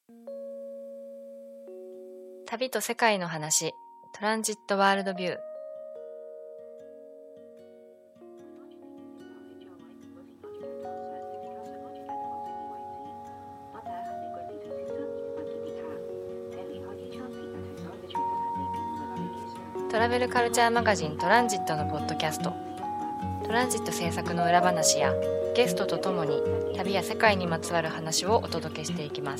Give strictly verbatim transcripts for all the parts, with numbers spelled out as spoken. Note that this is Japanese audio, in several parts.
旅と世界の話、トランジットワールドビュー。トラベルカルチャーマガジントランジットのポッドキャスト。トランジット制作の裏話やゲストとともに旅や世界にまつわる話をお届けしていきます。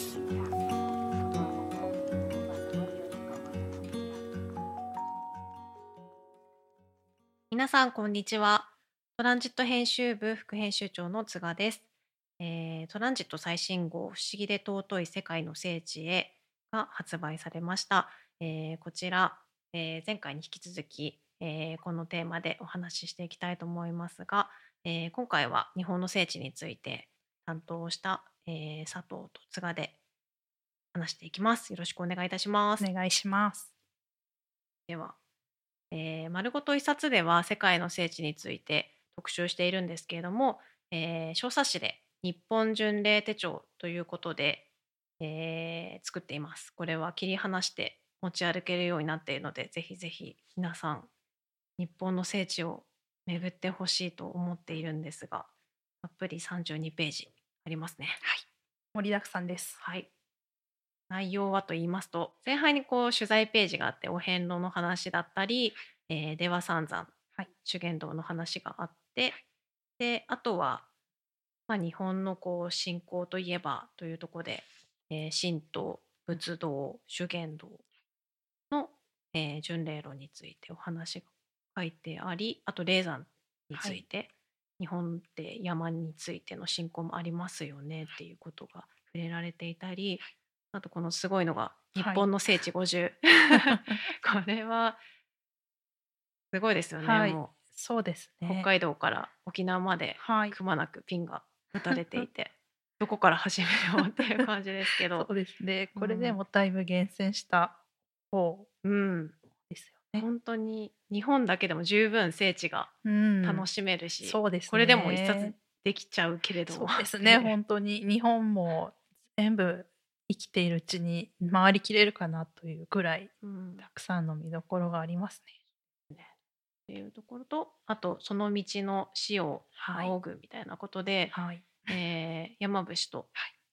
皆さんこんにちは。トランジット編集部副編集長の津賀です。えートランジット最新号不思議で尊い世界の聖地へが発売されました。えーこちら、えー前回に引き続き、えーこのテーマでお話ししていきたいと思いますが、えー今回は日本の聖地について担当した、えー佐藤と津賀で話していきます。よろしくお願いいたします。 お願いします。 では、えー丸ごと一冊では世界の聖地について特集しているんですけれども、えー小冊子で日本巡礼手帳ということで、えー作っています。これは切り離して持ち歩けるようになっているので、ぜひぜひ皆さん日本の聖地を巡ってほしいと思っているんですが、たっぷりさんじゅうにページありますね。 盛りだくさんです。 はい。内容はと言いますと、前半にこう取材ページがあってお遍路の話だったり、えー、出羽三山、 はい、 修験道の話があって、であとは、まあ、日本のこう信仰といえばというところで、えー、神道、仏道、修験道の、えー巡礼路についてお話が書いてあり、あと霊山について、はい、日本って山についての信仰もありますよねっていうことが触れられていたり、あとこのすごいのが日本の聖地ごじゅう、はい、これはすごいですよね、 はい、 もうそうですね。 北海道から沖縄までくまなくピンが打たれていて、はい、どこから始めようっていう感じですけどそうですね、これでもだいぶ厳選した方ですよね、 うん、本当に日本だけでも十分聖地が楽しめるし、 うん、そうですね、 これでも一冊できちゃうけれども、 そうですね本当に日本も全部生きているうちに回りきれるかなというくらい、うん、たくさんの見どころがありますね。 ねっていうところと、あとその道の死を仰ぐみたいなことで、はい、えー、山伏と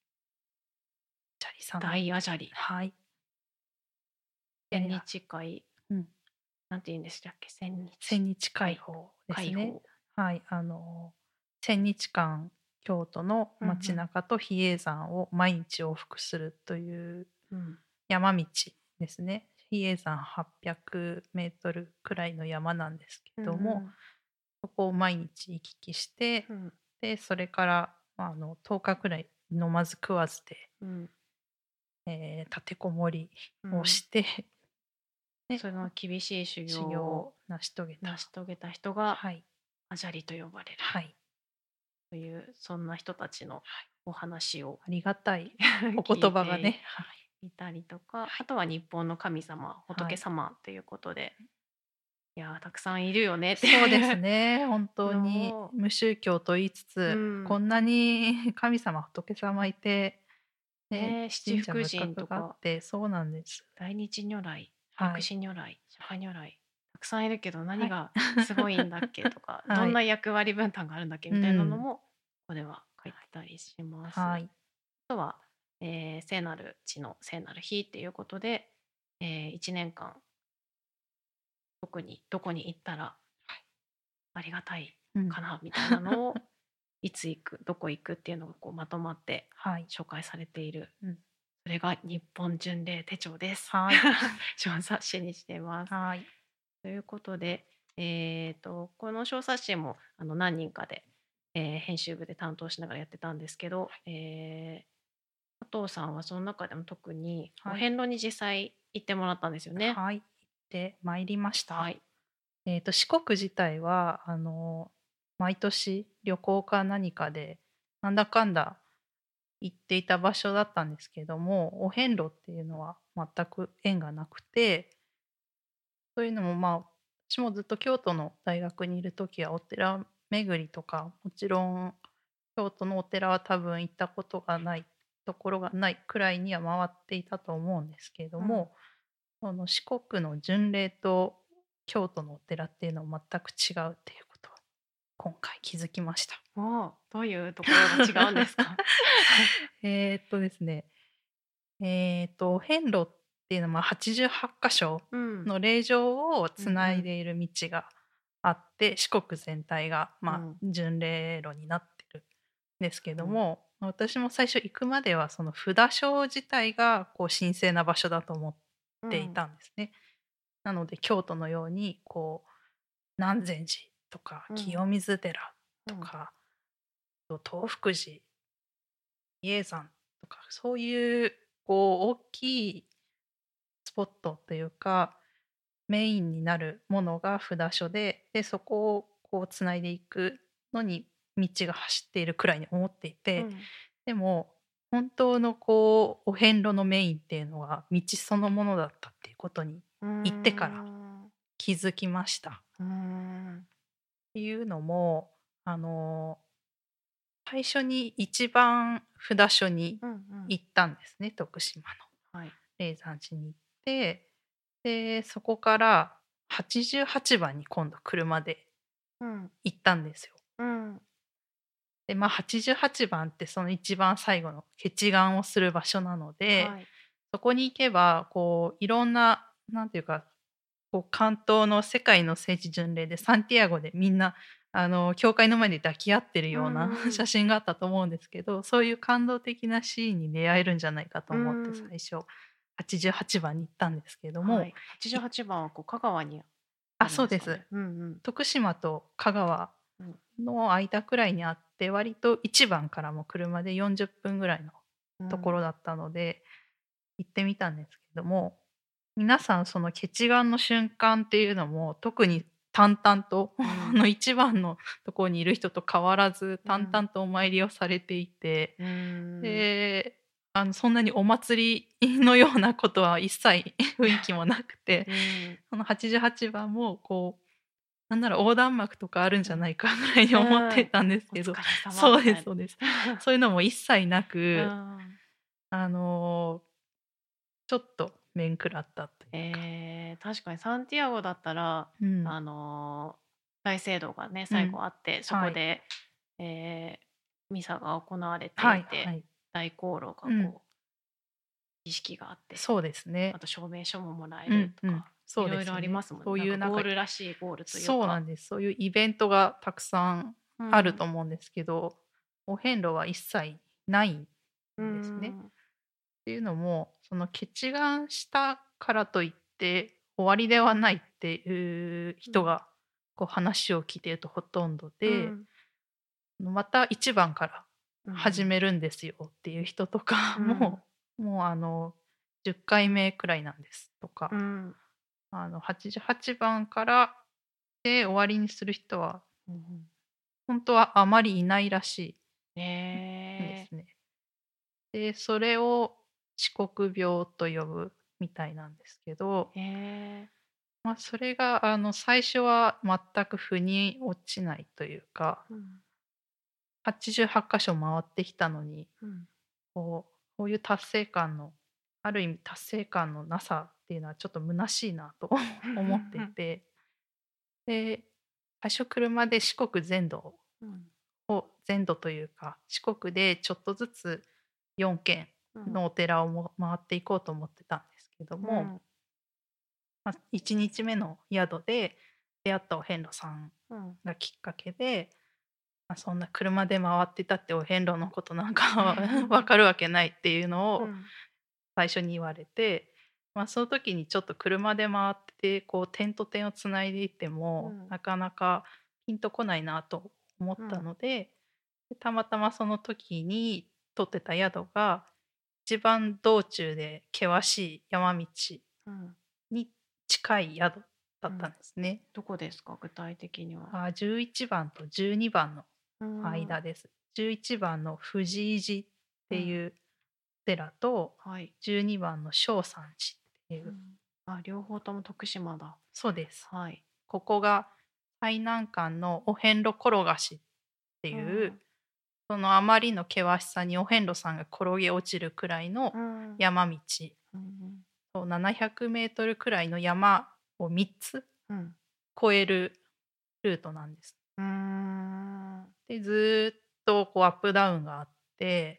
大アジャリ、 はい、 千日会、うん、なんて言うんでしたっけ、千日千日解放ですね。はい、あの千日間京都の街中と比叡山を毎日往復するという山道ですね。比叡山はっぴゃくメートルくらいの山なんですけども、うん、そこを毎日行き来して、うん、でそれからあのとおかくらい飲まず食わずで、うんえー、立てこもりをして、 うんね、その厳しい修行を成し遂げた成し遂げた人が、はい、アジャリと呼ばれる、はい、というそんな人たちのお話を、 ありがたいお言葉がねいたりとか、はい、あとは日本の神様仏様ということで、はい、いやたくさんいるよねってそうですね本当に無宗教と言いつつ、うん、こんなに神様仏様いて、 ね、七福神とかそうなんです、 大日如来、薬師如来、釈迦如来、たくさんいるけど何がすごいんだっけとか、はい、どんな役割分担があるんだっけみたいなのも、うん、ここでは書いてたりします。はい、あとは、えー、聖なる地の聖なる日っていうことで、えー、いちねんかん特にどこに行ったらありがたいかな、うん、みたいなのをいつ行くどこ行くっていうのがこうまとまって紹介されている、はい、それが日本巡礼手帳です。はい、小冊子にしてます。はい、ということで、えー、とこの小冊子もあの何人かで、えー、編集部で担当しながらやってたんですけど、はい、えー、佐藤さんはその中でも特にお遍路に実際行ってもらったんですよね。 はい、行ってまいりました。はい、えー、と四国自体はあの毎年旅行か何かでなんだかんだ行っていた場所だったんですけども、お遍路っていうのは全く縁がなくて、そういうのもまあ私もずっと京都の大学にいる時はお寺巡りとか、もちろん京都のお寺は多分行ったことがないところがないくらいには回っていたと思うんですけれども、うん、その四国の巡礼と京都のお寺っていうのは全く違うっていうことを今回気づきました。 おどういうところが違うんですか？ えっとですねえっと遍路っていうのははちじゅうはちか所の霊場をつないでいる道があって、うんうん、四国全体が、まあ、巡礼路になってるんですけども、うん、私も最初行くまではその札所自体がこう神聖な場所だと思っていたんですね。うん、なので京都のようにこう南禅寺とか清水寺とか、うん、東福寺比叡山とかそういうこう大きいスポットというかメインになるものが札所で、でそこをこうつないでいくのに道が走っているくらいに思っていて、うん、でも本当のこうお遍路のメインっていうのは道そのものだったっていうことに行ってから気づきました。うーんっていうのもあの最初に一番札所に行ったんですね、うんうん、徳島の霊山寺に行って、でそこからはちじゅうはちばんに今度車で行ったんですよ。うん、でまあはちじゅうはちばんってその一番最後の結願をする場所なので、はい、そこに行けばこういろんななんていうかこう関東の世界の聖地巡礼でサンティアゴでみんなあの教会の前で抱き合ってるような写真があったと思うんですけど、そういう感動的なシーンに出会えるんじゃないかと思って最初はちじゅうはちばんに行ったんですけども、はい、はちじゅうはちばんはこう香川にあ、そうです、うんうん、徳島と香川の間くらいにあって割といちばんからも車でよんじゅっぷんぐらいのところだったので、うん、行ってみたんですけども、皆さんその結願の瞬間っていうのも特に淡々と、うん、の一番のところにいる人と変わらず淡々とお参りをされていて、うん、であのそんなにお祭りのようなことは一切雰囲気もなくて、うん、そのはちじゅうはちばんもこうなんなら横断幕とかあるんじゃないかぐらいに思ってたんですけど、うん、そうですそうですそういうのも一切なく、うん、あのちょっと面食らったというか、 えー、確かにサンティアゴだったら、うん、あの大聖堂がね最後あって、うん、そこで、はい、えー、ミサが行われていて、はいはい、大香炉がこう、うん、儀式があって、 そうですね、 あと証明書ももらえるとか、うんうん、そうですね、いろいろありますもんね。そういうなんかゴールらしいゴールというか、 そうなんです。そういうイベントがたくさんあると思うんですけど、うん、お遍路は一切ないんですね。うん、っていうのもその結願したからといって終わりではないっていう人がこう話を聞いているとほとんどで、うん、また一番から始めるんですよっていう人とかも、うん、もうあのじゅっかいめくらいなんですとか、うん、あのはちじゅうはちばんからで終わりにする人は、うん、本当はあまりいないらしいですね。でそれを四国病と呼ぶみたいなんですけど、まあ、それがあの最初は全く腑に落ちないというか、うん、はちじゅうはちかしょ回ってきたのに、うん、こうこういう達成感のある意味達成感のなさっていうのはちょっと虚しいなと思っていてで最初車で四国全土を全土というか四国でちょっとずつよんけんのお寺をも回っていこうと思ってたんですけども、うんまあ、いちにちめの宿で出会ったお遍路さんがきっかけで、まあ、そんな車で回ってたってお遍路のことなんか分かるわけないっていうのを最初に言われて、まあ、その時にちょっと車で回ってこう点と点をつないでいっても、うん、なかなかピンとこないなと思ったので、うん、たまたまその時に取ってた宿が一番道中で険しい山道に近い宿だったんですね。うん、 どこですか具体的には？ あじゅういちばんとじゅうにばんの間です。うん、じゅういちばんの藤井寺っていう寺と、うんはい、じゅうにばんの正山寺っていう、うん、 あ両方とも徳島だ。 そうです、はい、ここが最難関のお遍路転がしっていう、うん、 そのあまりの険しさにお遍路さんが転げ落ちるくらいの山道、うん、そうななひゃくメートルくらいの山をみっつ越えるルートなんです。うん、でずっとこうアップダウンがあって、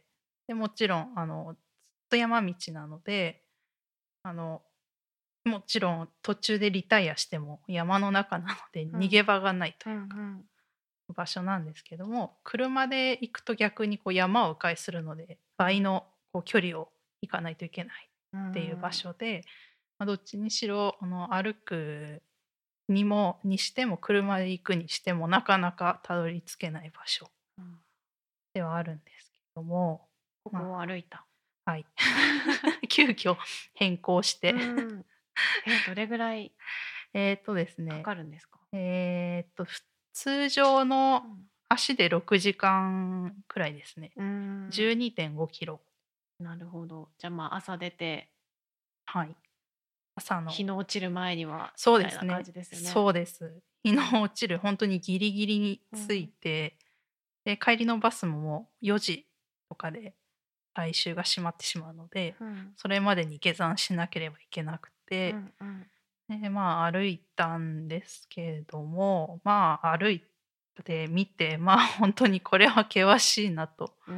でもちろんあのずっと山道なので、あのもちろん途中でリタイアしても山の中なので逃げ場がないというか、うんうんうん場所なんですけども、車で行くと逆にこう山を迂回するので倍のこう距離を行かないといけないっていう場所で、まあ、どっちにしろあの歩くにもにしても車で行くにしてもなかなかたどり着けない場所ではあるんですけども、 ここを歩いた、 まあ、はい急遽変更して、うん、 えどれぐらいえっとですねかかるんですか？ えっと通常の足でろくじかんくらいですね。うん、じゅうにてんごキロ。 なるほど。じゃあまあ朝出て、 はい。朝の日の落ちる前にはそうですね。 みたいな感じですよね。 そうです。日の落ちる本当にギリギリに着いて、うん、で帰りのバスももうよじとかで来週が閉まってしまうので、うん、それまでに下山しなければいけなくて、うんうん、でまあ歩いたんですけれども、まあ歩いてみて、まあ本当にこれは険しいなと。うん、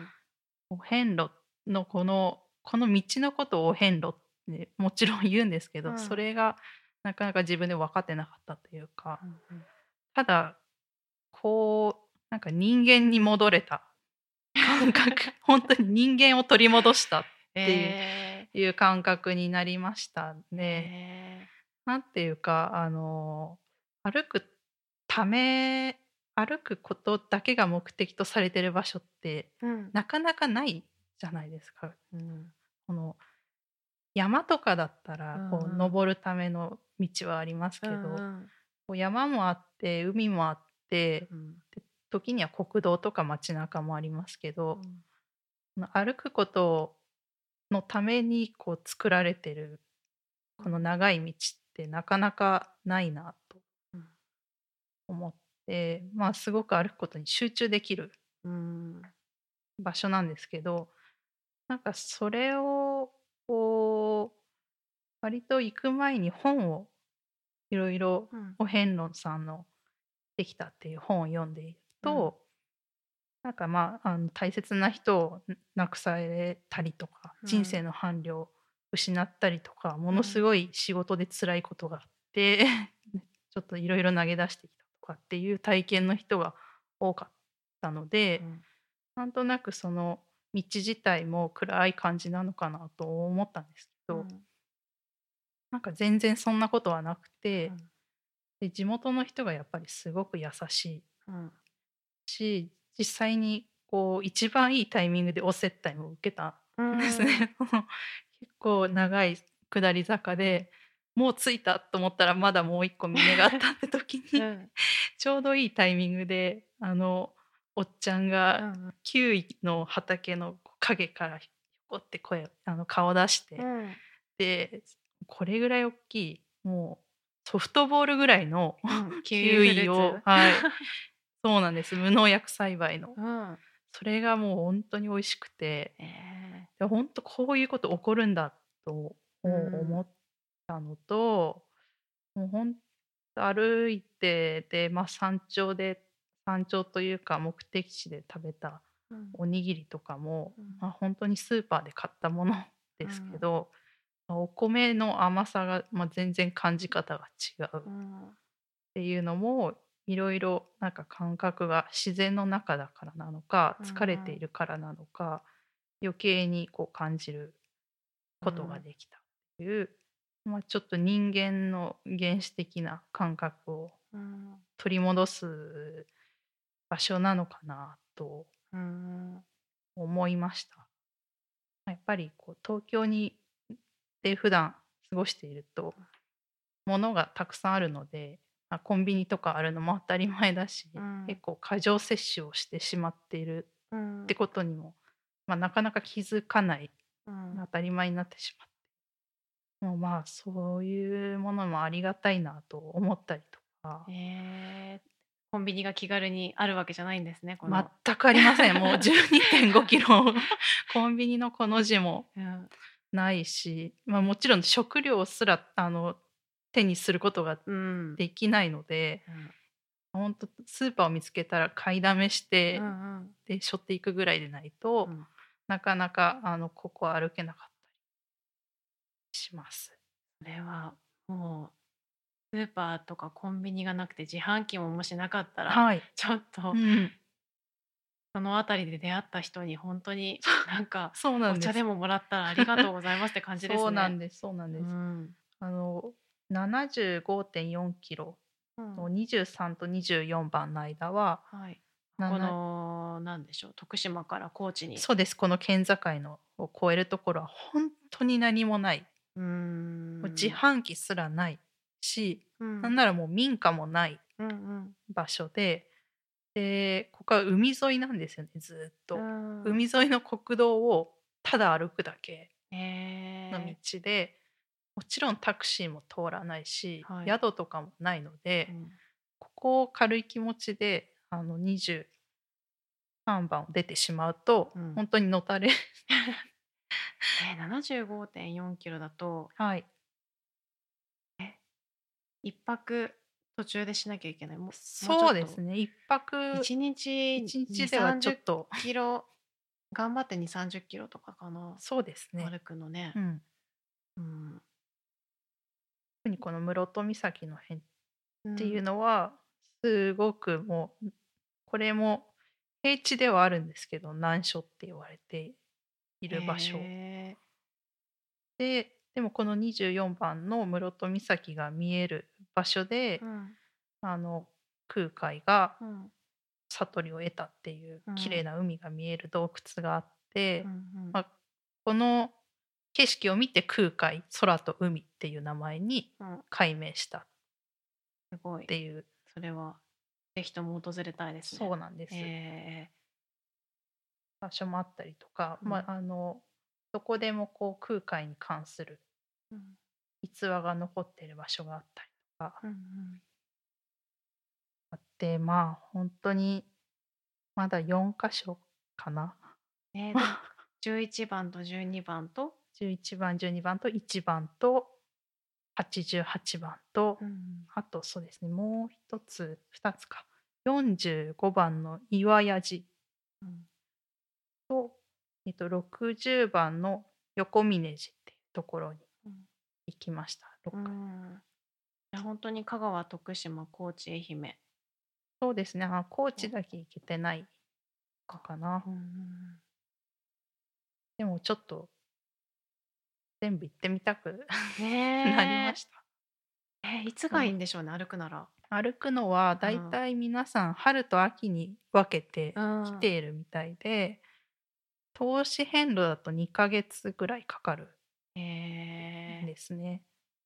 お遍路のこのこの道のことをお遍路ってもちろん言うんですけど、うん、それがなかなか自分で分かってなかったというか、うんうん、ただこうなんか人間に戻れた感覚本当に人間を取り戻したっていう、えー、いう感覚になりましたね。えー、なんていうかあの歩くため歩くことだけが目的とされてる場所って、うん、なかなかないじゃないですか。うん、この山とかだったらこう、うん、登るための道はありますけど、うんうん、こう山もあって海もあって、うん、で時には国道とか街中もありますけど、うん、歩くことのためにこう作られてるこの長い道ってなかなかないなと思って、まあすごく歩くことに集中できる場所なんですけど、なんかそれをこう割と行く前に本をいろいろお遍路さんのできたっていう本を読んでいると、うん、なんかまあ、あの大切な人を亡くされたりとか、うん、人生の伴侶を失ったりとか、ものすごい仕事で辛いことがあって、うん、ちょっといろいろ投げ出してきたとかっていう体験の人が多かったので、うん、なんとなくその道自体も暗い感じなのかなと思ったんですけど、うん、なんか全然そんなことはなくて、うん、で地元の人がやっぱりすごく優しい、うん、し実際にこう一番いいタイミングでお接待も受けたんですね。結構長い下り坂でもう着いたと思ったらまだもう一個峰があったって時に、うん、ちょうどいいタイミングであのおっちゃんがキウイの畑の影からひょこって声あの顔出して、うん、でこれぐらい大きいもうソフトボールぐらいの、うん、キウイを、はい、そうなんです、無農薬栽培の、うん、それがもう本当に美味しくて、えー、で本当こういうこと起こるんだと思ったのと、うん、もう本当歩いてで、まあ、山頂で山頂というか目的地で食べたおにぎりとかも、うん、まあ、本当にスーパーで買ったものですけど、うん、お米の甘さが、まあ、全然感じ方が違うっていうのもいろいろなんか感覚が自然の中だからなのか疲れているからなのか、うん、余計にこう感じることができたっていう、うん、まあ、ちょっと人間の原始的な感覚を取り戻す場所なのかなと思いました。やっぱりこう東京にで普段過ごしていると物がたくさんあるので、まあ、コンビニとかあるのも当たり前だし、うん、結構過剰摂取をしてしまっているってことにも、まあ、なかなか気づかない、うん、当たり前になってしまって、もうまあそういうものもありがたいなと思ったりとか、えー、 コンビニが気軽にあるわけじゃないんですね。この全くありません。もう じゅうにてんごキロコンビニのこの字もないし、まあ、もちろん食料すらあの手にすることができないので、うんうん本当スーパーを見つけたら買いだめして、うんうん、で背負っていくぐらいでないと、うん、なかなかあのここは歩けなかったりします。 それはもうスーパーとかコンビニがなくて自販機ももしなかったら、はい、ちょっと、うん、その辺りで出会った人に本当になんかそうなんですお茶でももらったらありがとうございますって感じですね。 そうなんですそうなんです、うん、あの ななじゅうごてんよんキロのにじゅうさんとにじゅうよんばんの間は、はい、 この何でしょう徳島から高知にそうですこの県境のを越えるところは本当に何もない。うーんもう自販機すらないし、うん、なんならもう民家もない場所で、うんうん、でここは海沿いなんですよねずっと。海沿いの国道をただ歩くだけの道で、もちろんタクシーも通らないし、はい、宿とかもないので、うん、ここを軽い気持ちであのにじゅうさんばんを出てしまうと、うん、本当にのたれえ ななじゅうごてんよんキロだと、 はい、 え一泊途中でしなきゃいけない。もそうですね一泊一日一日ではちょっとキロ頑張ってにじゅう、さんじゅっキロとかかな。 そうですね歩くのね。 うん、うん、特にこの室戸岬の辺っていうのは、うん、すごくもうこれも平地ではあるんですけど難所って言われている場所で、でもこのにじゅうよんばんの室戸岬が見える場所で、うん、あの空海が悟りを得たっていう綺麗な海が見える洞窟があって、うんうんまあ、この景色を見て空海空と海っていう名前に改名したっていう、うん、すごいそれはぜひとも訪れたいですね。 そうなんです、えー、場所もあったりとか、うんまあ、あのどこでもこう空海に関する逸話が残っている場所があったりとか、うんうん、あってまあ本当にまだよんかしょかな。 えー、じゅういちばんとじゅうにばんとじゅういちばんじゅうにばんといちばんとはちじゅうはちばんと、うん、あとそうですねもう一つふたつかよんじゅうごばんの岩屋寺、うん、と、えっと、ろくじゅうばんの横峯寺っていうところに行きました、うん、ろっかい。 うんいや本当に香川徳島高知愛媛そうですねあ高知だけ行けてないかな、うん、でもちょっと全部行ってみたくなりました。 えー、いつがいいんでしょうね、歩くなら。 歩くのはだいたい皆さん春と秋に分けて来ているみたいで、うん、投資遍路だとにかげつぐらいかかるんですね。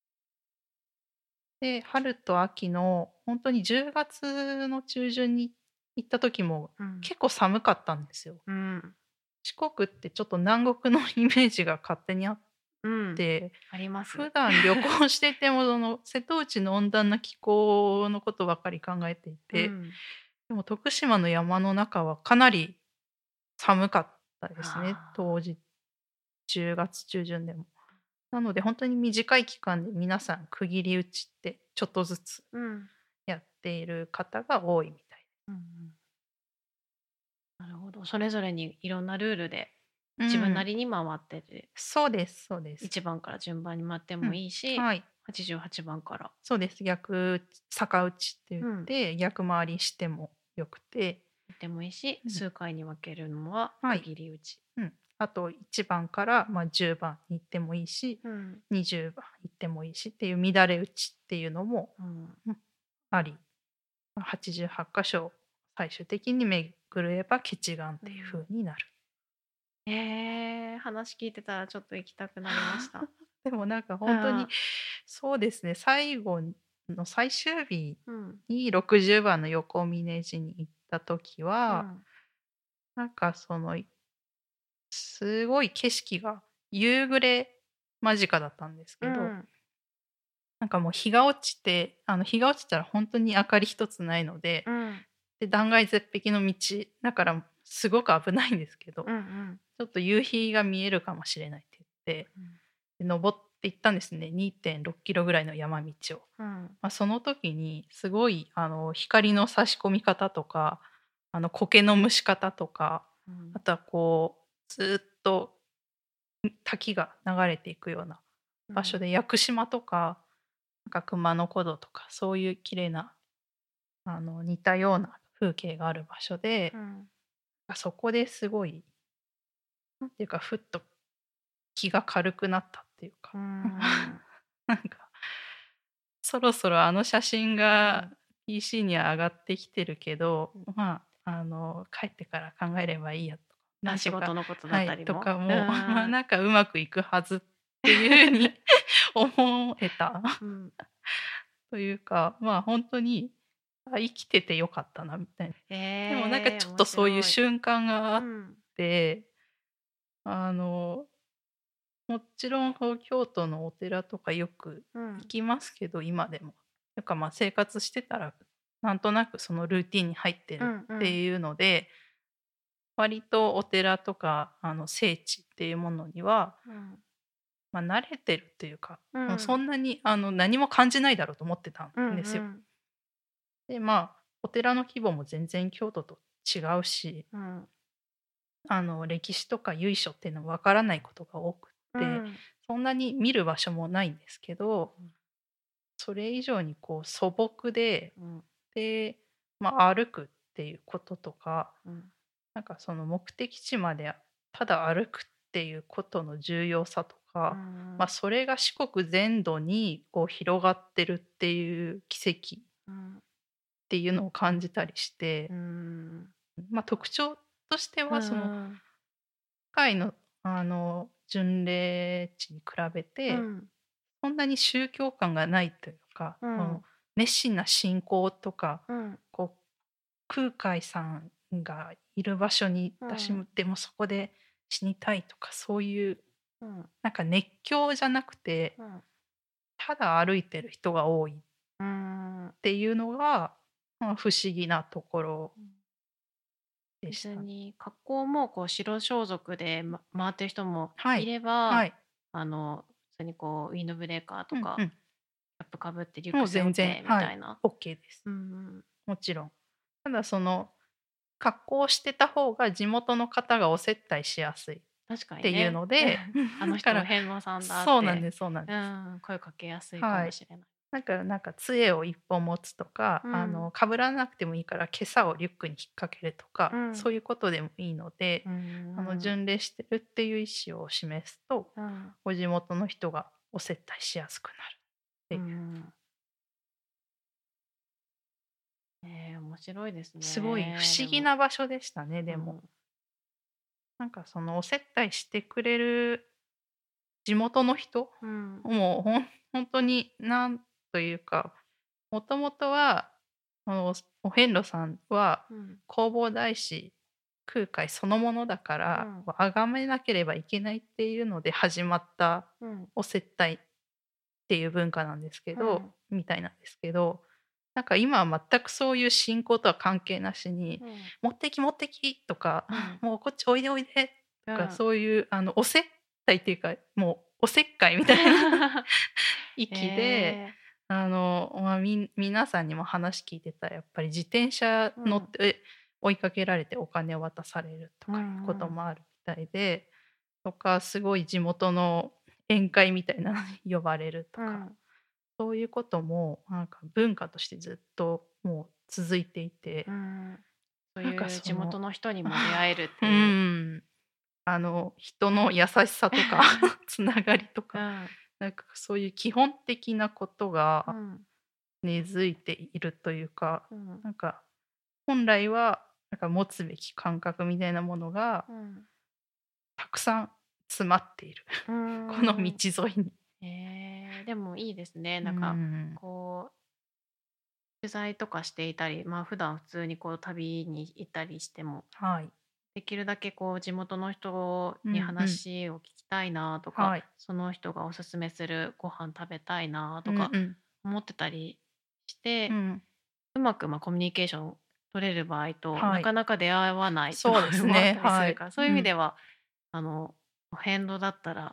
えー、で春と秋の本当にじゅうがつの中旬に行った時も結構寒かったんですよ。うん、四国ってちょっと南国のイメージが勝手にあってうん、 あります普段旅行していてもその瀬戸内の温暖な気候のことばかり考えていて、うん、でも徳島の山の中はかなり寒かったですね当時じゅうがつ中旬でも。なので本当に短い期間で皆さん区切り打ちってちょっとずつやっている方が多いみたい、うんうん、 なるほどそれぞれにいろんなルールで自分なりに回ってて、うん、 そうですそうですいちばんから順番に回ってもいいし、うんはい、はちじゅうはちばんからそうです逆逆打ちって言って、うん、逆回りしてもよくて行ってもいいし、うん、数回に分けるのは区切り打ち、 はいうん、あといちばんから、まあ、じゅうばんに行ってもいいし、うん、にじゅうばん行ってもいいしっていう乱れ打ちっていうのも、うん、ありはちじゅうはちかしょ最終的に巡れば結願っていう風になる、 うん、えー、話聞いてたらちょっと行きたくなりましたでもなんか本当にそうですね最後の最終日にろくじゅうばんの横峯寺に行った時は、うん、なんかそのすごい景色が夕暮れ間近だったんですけど、うん、なんかもう日が落ちてあの日が落ちたら本当に明かり一つないので、うん、 で断崖絶壁の道だからすごく危ないんですけど、 うんうん、 ちょっと夕日が見えるかもしれないって言って、うん、で登っていったんですね。 にてんろっキロぐらいの山道を、うんまあ、その時にすごいあの光の差し込み方とかあの苔の蒸し方とか、うん、あとはこうずっと滝が流れていくような場所で、うん、屋久島とかなんか熊野古道とかそういう綺麗なあの似たような風景がある場所で、うん、そこですごいなんていうかふっと気が軽くなったっていうか、うん、なんかそろそろあの写真が ピーシー には上がってきてるけど、うん、まああの帰ってから考えればいいやとか、 なんとか仕事のことだったりも、 はい、とかも、まあ、なんかうまくいくはずっていうふうに思えた、うん、というかまあ本当にあ生きててよかったなみたいな、えー、でもなんかちょっとそういう瞬間があって、うん、あのもちろん京都のお寺とかよく行きますけど、うん、今でもなんかまあ生活してたらなんとなくそのルーティンに入ってるっていうので、うんうん、割とお寺とかあの聖地っていうものには、うんまあ、慣れてるっていうか、うん、もうそんなにあの何も感じないだろうと思ってたんですよ。うんうん、でまあお寺の規模も全然京都と違うし、うん、あの歴史とか由緒っていうのは分からないことが多くって、うん、そんなに見る場所もないんですけど、うん、それ以上にこう素朴で、うん、で、まあ、歩くっていうこととか、うん、なんかその目的地までただ歩くっていうことの重要さとか、うんまあ、それが四国全土にこう広がってるっていう奇跡っていうのを感じたりして、うんまあ、特徴としてはその、うん、海のあの巡礼地に比べて、うん、そんなに宗教感がないというか、うん、熱心な信仰とか、うん、こう空海さんがいる場所に私も、でもそこで死にたいとかそういう、うん、なんか熱狂じゃなくて、うん、ただ歩いてる人が多いっていうのが、まあ、不思議なところでした。 別に格好もこう白装束で、ま、回ってる人もいれば、はいはい、あの普通にこうウィンドブレーカーとか、うんうん、キャップかぶってリュック背負ってみたいな、 はい、OK です、うんうん、もちろん。ただその格好してた方が地元の方がお接待しやすいっていうので、 ね、あの人お遍路さんだって、 そうなんですそうなんです、 うん、声かけやすいかもしれない、はい、 なんかなんか杖を一本持つとか、うん、あの被らなくてもいいから今朝をリュックに引っ掛けるとか、うん、そういうことでもいいので、うん、あの巡礼してるっていう意思を示すと、うん、ご地元の人がお接待しやすくなるっていう、うんえー、面白いですね。 すごい不思議な場所でしたね。でも、でもなんかそのお接待してくれる地元の人、うん、もうほん本当になんというか、もともとはおお遍路さんは弘法大師空海そのものだから崇、うん、めなければいけないっていうので始まったお接待っていう文化なんですけど、うん、みたいなんですけど、なんか今は全くそういう信仰とは関係なしに、うん、持ってき持ってきとか、うん、もうこっちおいでおいでとか、うん、そういうあのお接待っていうかもうおせっかいみたいな域で、えー、あの、まあ、み皆さんにも話聞いてたらやっぱり自転車乗って追いかけられてお金を渡されるとかいうこともあるみたいで、うん、とかすごい地元の宴会みたいなのに呼ばれるとか、うん、そういうこともなんか文化としてずっともう続いていて、うん、 そういう地元の人にも出会えるっていう、 うん、あの人の優しさとかつながりとか、うん、なんかそういう基本的なことが根付いているというか、うん、なんか本来はなんか持つべき感覚みたいなものが、うん、たくさん詰まっているこの道沿いに。 えー、でもいいですね。なんかこう取材とかしていたり、まあ普段普通にこう旅に行ったりしても、はい、できるだけこう地元の人に話を聞きたいなとか、うんうん、その人がおすすめするご飯食べたいなとか思ってたりして、うん、うまくまあコミュニケーション取れる場合と、 はないかなか出会わない場そうです合もあったね。 りすはい。 るから、そういう意味では、あのお遍路だったらうん。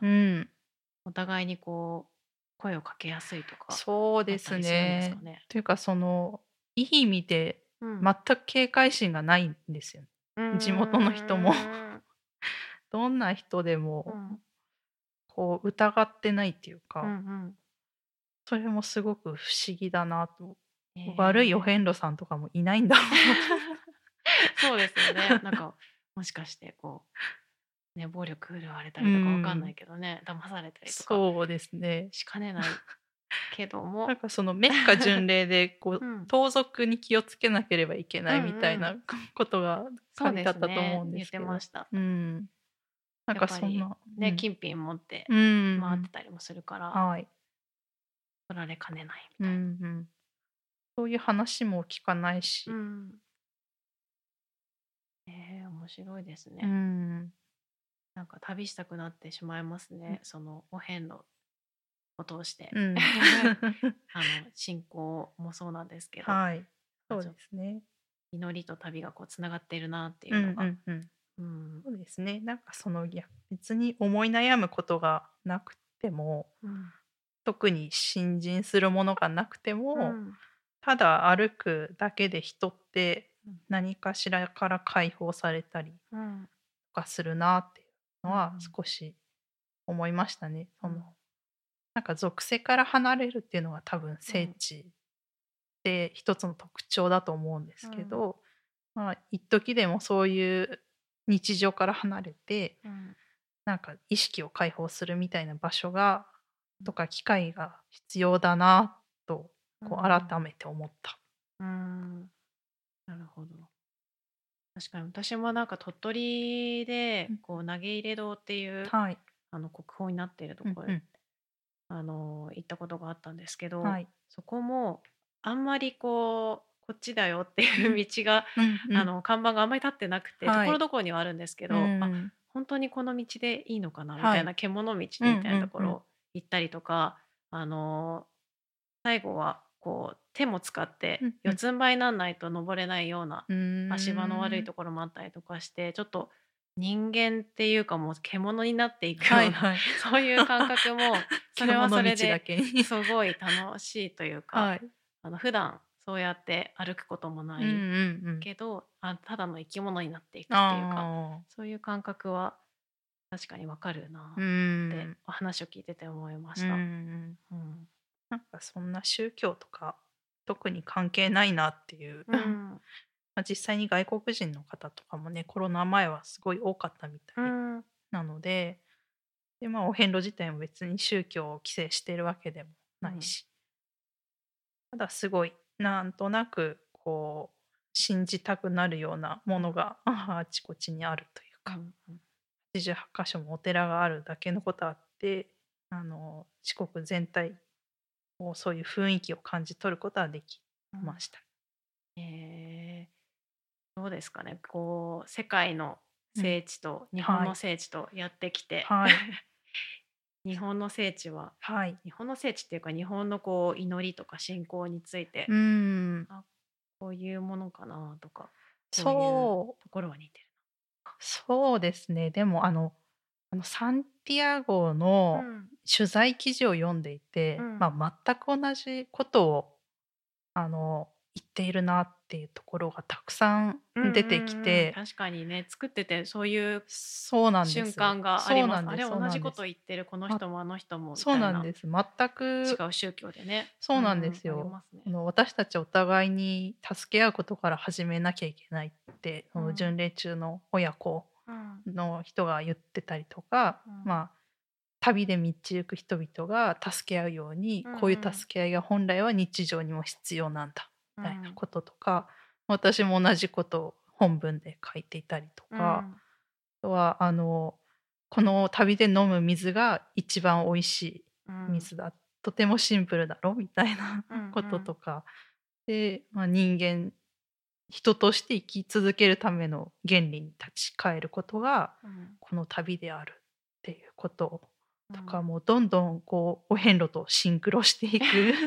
お互いにこう声をかけやすいとかそうですあったりするんですね。 かね。 というかそのいい意味でうん。 全く警戒心がないんですよ。 うー地元の人もん。 どんな人でうもん。 こう疑ってないっていううんうか、 ん。 それもすごく不思議だなと。 へ悪いおえ。 遍路さんとかもいないんだろうなと。 そうですよね。なんかもしかしてこうね、暴力振るわれたうりとかわかんないん。 けどね、騙されたりとかそうですね。 しかねないけどなんも。 かそのメッカ巡礼でこううん。 盗賊に気をつけなければいけうんないみたいうん。 なことがそうで書いてあったと思すね。 うんで言ってすけど、 ました。 うん。なんやっかぱりそんな、うね、 ん、 金品持ってうん、 回ってたりもするから、 はい、 取られかねないみうん、 たいな。 うん。そういう話も聞かないうし、 ん。ええ、面白いですうね。 ん、 なんか旅したくなってしまいますね。そのお遍路を通して。 うん。 あの信仰もそうなんですけど、 はい、そうあちょですね。 祈りと旅がこうつながっているなっていうん、ううのが、 ん、うん。 うん、 そうですね。なんかその、いや、別に思い悩むことがなくても、 うん、 特に信心するものがなくても、 うん、 ただ歩くだけで人ってうん、 何かしらから解放されたりうん、 とかするなっていううん、 のは少し思いましたね。 うん、 そのなんか属性から離れるっていうのが多分うん、 聖地で一つの特徴だと思うんですうん、 けど、まあ一時でもそういう日常から離れてうん、 なんか意識を解放するみたいな場所がうん、 とか機会が必要だなとこううん、 改めて思った。 うん、なるほど。確かに私もなんか鳥取でうん、 こう投げ入れ堂っていうはい。 あの国宝になっているところうんうん。 あの行ったことがあったんですけど、 はい。 そこもあんまりこうこっちだよっていううん。 道がうんうん。 あの看板があんまり立ってなくて、ところはい。 どころにはあるんですけうど、あ、 ん。 本当にこの道でいいのかなみはい。 たいな、獣道うんうでみたいなとんうん。 ころ行ったりとか、あの最後はこう手も使ってうんうん。 四つん這いになんないと登れないようなうー足場の悪いん。 ところもあったりとかして、ちょっと人間っていうかもう獣になっていくようなはいはい。 そういう感覚もそれはそ獣道れでだけに。 すごい楽しいというか、 はい。 あの普段そうやって歩くこともうんうんないうん。 けど、あ、ただの生き物になっていくっていうか、 ああ。 そういう感覚は確かにわかるなうーってん。 お話を聞いてて思いまうんうした。 ん。 うん。 なんかそんな宗教とか特に関係ないなっていう。 うん。 ま、実際に外国人の方とかもね、コロナ前はすごい多かったみたいうん。 なので、で、まあ、お遍路自体も別に宗教を規制してるわけでもうん。 ないし、ただすごいなんとなくこう信じたくなるようなものがあちこちにあるというか、 うんうん。 はちじゅうはちかしょもお寺があるだけのことあって、あの、四国全体をそういう雰囲気を感じ取ることはできうん。 ました。 ええ、どうですかね。こう世界のうん。 聖地と日本はい。 の聖地とやってきて、 はい。 日本の聖地ははい。 日本の聖地っていうか、日本のこう祈りとか信仰について、 うーん。 あ、こういうものかなとか、こういうそう、 ところは似てるそうですね。でもあのあのサンティアゴのな。うん。 取材記事を読んでいて、 うん。 まあ、全く同じことをあの言っているなっていうところがたくさんうんう出てきんうん。 て、 確かにね、作っててそういうそうなんです。 瞬間があります。 そうなんです。 あれ同じこそうなんです。 と言ってる、このま、 人もあの人もみそうたいな、 なんです。全く違う宗教でね。 そうなんでうん、ありすよ。 ますね。 あの私たちお互いに助け合うことから始めなきゃいけないって、そのうん。 巡礼中の親子うん。 の人が言ってたりとか、 うん。 まあ旅で道行く人々が助け合うように、 うんこういううん。 助け合いが本来は日常にも必要なんだうん。 みたいなこととか、私も同じことを本文で書いていたりとか、 うん。 あとはあのこの旅で飲む水が一番美味しいうん。 水だ、とてもシンプルだろみたいなうんうことん。 とかで、まあ、人間人として生き続けるための原理に立ち返ることがうん。 この旅であるっていうことうん。 とかもうどんどんこうお遍路とシンクロしていく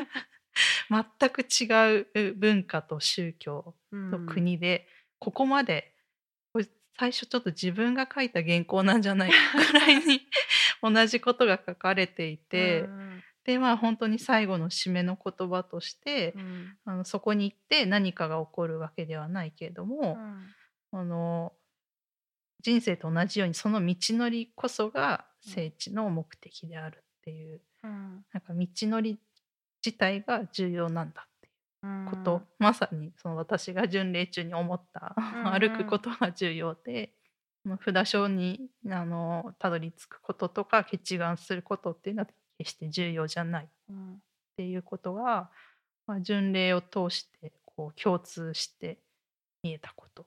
全く違う文化と宗教と国で、うん、ここまでこれ最初ちょっと自分が書いた原稿なんじゃないかくらいに同じことが書かれていて、うん、でまあ本当に最後の締めの言葉として、うん、あのそこに行って何かが起こるわけではないけれども、うん、あの人生と同じようにその道のりこそが聖地の目的であるっていう、うん、なんか道のり自体が重要なんだっていうこと、うん、まさにその私が巡礼中に思った、うん、歩くことが重要で、札所にあのたどり着くこととか結願することっていうのは決して重要じゃないっていうことが、まあ、巡礼を通してこう共通して見えたこと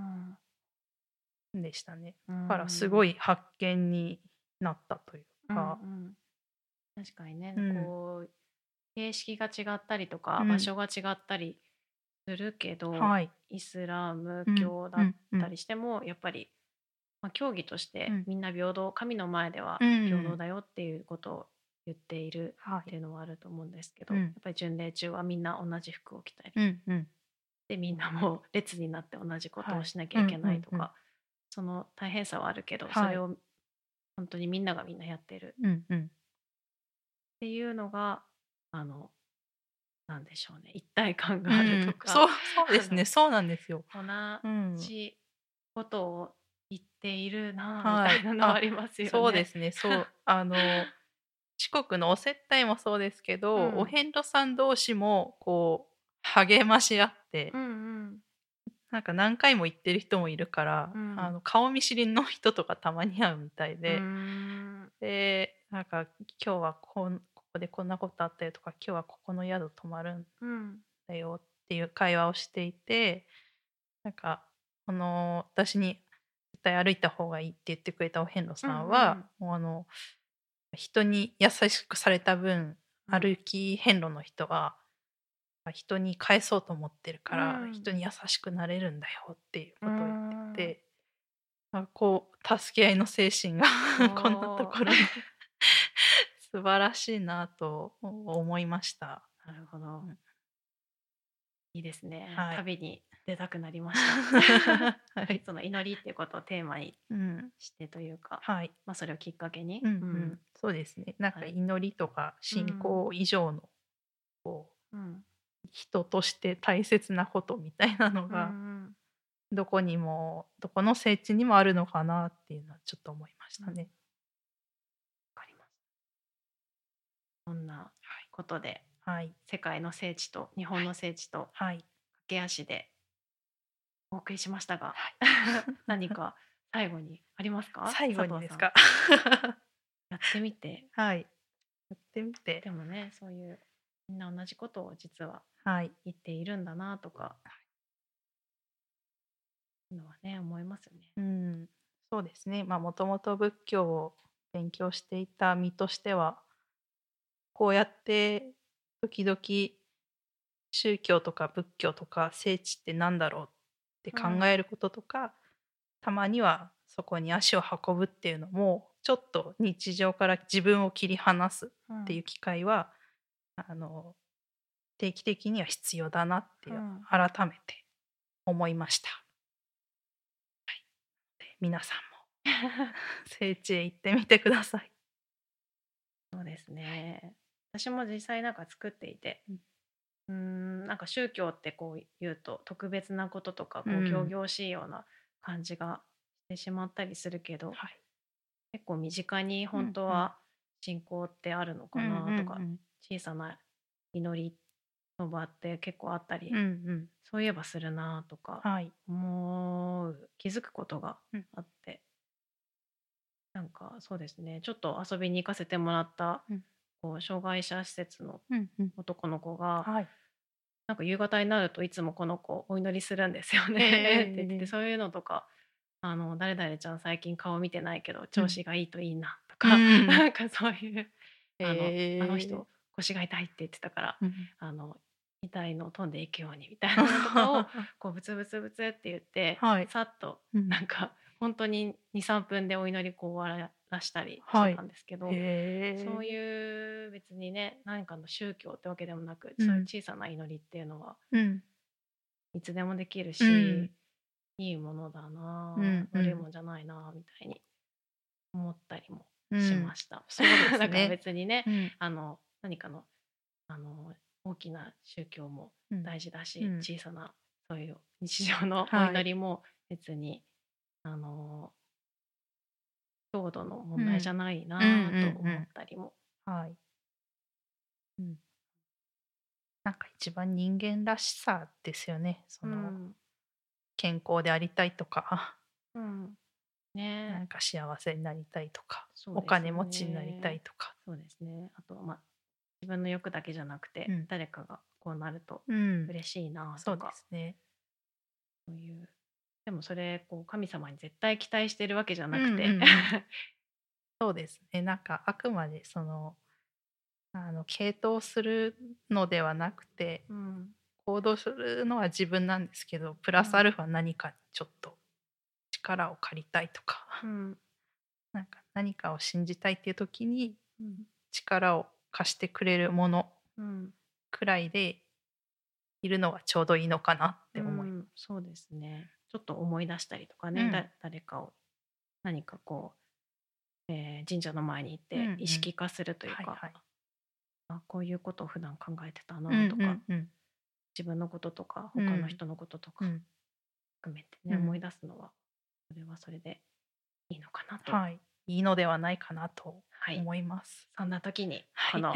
でしたね。だからすごい発見になったというか、 うんうん、確かにね、うん、こう形式が違ったりとか、うん、場所が違ったりするけど、はい、イスラム教だったりしても、うんうん、やっぱり、まあ、教義としてみんな平等、うん、神の前では平等だよっていうことを言っているっていうのはあると思うんですけど、はい、やっぱり巡礼中はみんな同じ服を着たり、うんうん、でみんなもう列になって同じことをしなきゃいけないとか、はい、うんうんうん、その大変さはあるけど、はい、それを本当にみんながみんなやってる、うんうん、っていうのがあのなんでしょうね、一体感があるとか、 うん、そう、そうですねそうなんですよ。 同じことを言っているなみたいなのはありますよね。 そうですねそうあの四国のお接待もそうですけど、うん、お遍路さん同士もこう励まし合って、うんうん、なんか何回も行ってる人もいるから、うん、あの顔見知りの人とかたまに会うみたいで、うん、でなんか今日はこんここでこんなことあったよとか、今日はここの宿泊まるんだよっていう会話をしていて、なんかこの私に絶対歩いた方がいいって言ってくれたお遍路さんは、うんうん、もうあの人に優しくされた分、歩き遍路の人は人に返そうと思ってるから、うん、人に優しくなれるんだよっていうことを言ってて、うん、こう助け合いの精神がこんなところに素晴らしいなと思いました。 なるほど、うん、いいですね、はい、旅に出たくなりました、はい、その祈りっていうことをテーマにしてというか、うん、はい、まあ、それをきっかけに、 うんうん、そうですね、なんか祈りとか信仰以上のこう、うん、人として大切なことみたいなのが、うん、どこにもどこの聖地にもあるのかなっていうのはちょっと思いましたね。 わかります。そんなことで、はい、世界の聖地と日本の聖地と駆け足でお送りしましたが、はい、何か最後にありますか？ 最後にですか？ やってみて、 はい、やってみて、 でもね、そういうみんな同じことを実は言っているんだなとか、はい、のはね思いますよね。 うん、そうですね。まあもともと仏教を勉強していた身としては、こうやって時々宗教とか仏教とか聖地って何だろうって考えることとか、うん、たまにはそこに足を運ぶっていうのもちょっと日常から自分を切り離すっていう機会は、うん、あの定期的には必要だなっていう、うん、改めて思いました。はい、皆さんも聖地へ行ってみてください。 そうですね。私も実際なんか作っていて、うん、うーんなんか宗教ってこう言うと特別なこととかこう仰々しいような感じがしてしまったりするけど、うん、結構身近に本当は信仰ってあるのかなとか、うんうん、小さな祈りの場って結構あったり、うんうん、そういえばするなとか思う、気づくことがあって、うん、なんかそうですね、ちょっと遊びに行かせてもらった、うん、こう障害者施設の男の子が、うんうん、はい、なんか夕方になるといつもこの子お祈りするんですよねって言って、そういうのとか、あの誰々ちゃん最近顔見てないけど調子がいいといいなとか、うん、なんかそういうあの、あの人腰が痛いって言ってたから、うん、あの痛いのを飛んでいくようにみたいなのとかをこうブツブツブツって言って、はい、さっとなんか本当に にさんぷんでお祈りこう終わらしたりしてたんですけど、はい、そういう別にね何かの宗教ってわけでもなく、うん、そういう小さな祈りっていうのは、 うん、 いつでもできるし、うん、いいものだな、うん、悪いもんじゃないなみたいに思ったりもしました。うん、そうですね、だから別にね、うん、あの何かの、あの大きな宗教も大事だし、うん、小さなそういう日常のお祈りも別に、はい、あの強度の問題じゃないなと思ったりも、 はい、うん、なんか一番人間らしさですよね。その、うん、健康でありたいとか、 うんね、 なんか幸せになりたいとか、ね、お金持ちになりたいとか。 そうですね。あと、まあ、自分の欲だけじゃなくて、うん、誰かがこうなると嬉しいなとか、うん、 そうですね。 そういうでもそれこう神様に絶対期待してるわけじゃなくて、うんうんうん、 そうですね。なんかあくまでそのあの傾倒するのではなくて、うん、行動するのは自分なんですけど、プラスアルファ何かにちょっと力を借りたいとか、うん、なんか何かを信じたいっていう時に力を貸してくれるものくらいでいるのはちょうどいいのかなって思います。うん、 そうですね。ちょっと思い出したりとかね、うん、だ誰かを何かこう、えー、神社の前に行って意識化するというか、うんうんはいはい、あこういうことを普段考えてたなとか、うんうんうん、自分のこととか他の人のこととか含めてね、うん、思い出すのはそれはそれでいいのかなと、 はい、いいのではないかなと思います。 はい、そんな時にこの、はい、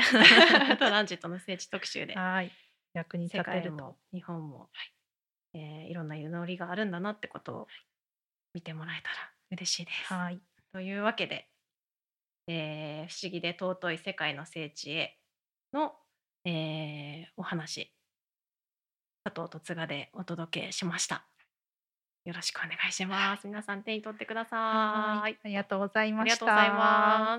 トランジットの聖地特集で、はい、 役に立てると、 世界も日本も、はいえー、いろんな祈りがあるんだなってことを見てもらえたら嬉しいです。はい、というわけで、えー、不思議で尊い世界の聖地への、えー、お話、佐藤と津賀でお届けしました。よろしくお願いします。皆さん手に取ってください。はい、 ありがとうございました。 ありがとうございます。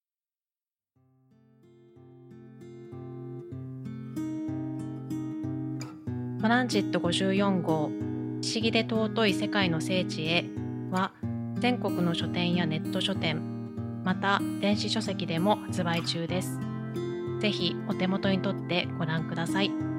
トランジットごじゅうよん号不思議で尊い世界の聖地へは全国の書店やネット書店また電子書籍でも発売中です。ぜひお手元に取ってご覧ください。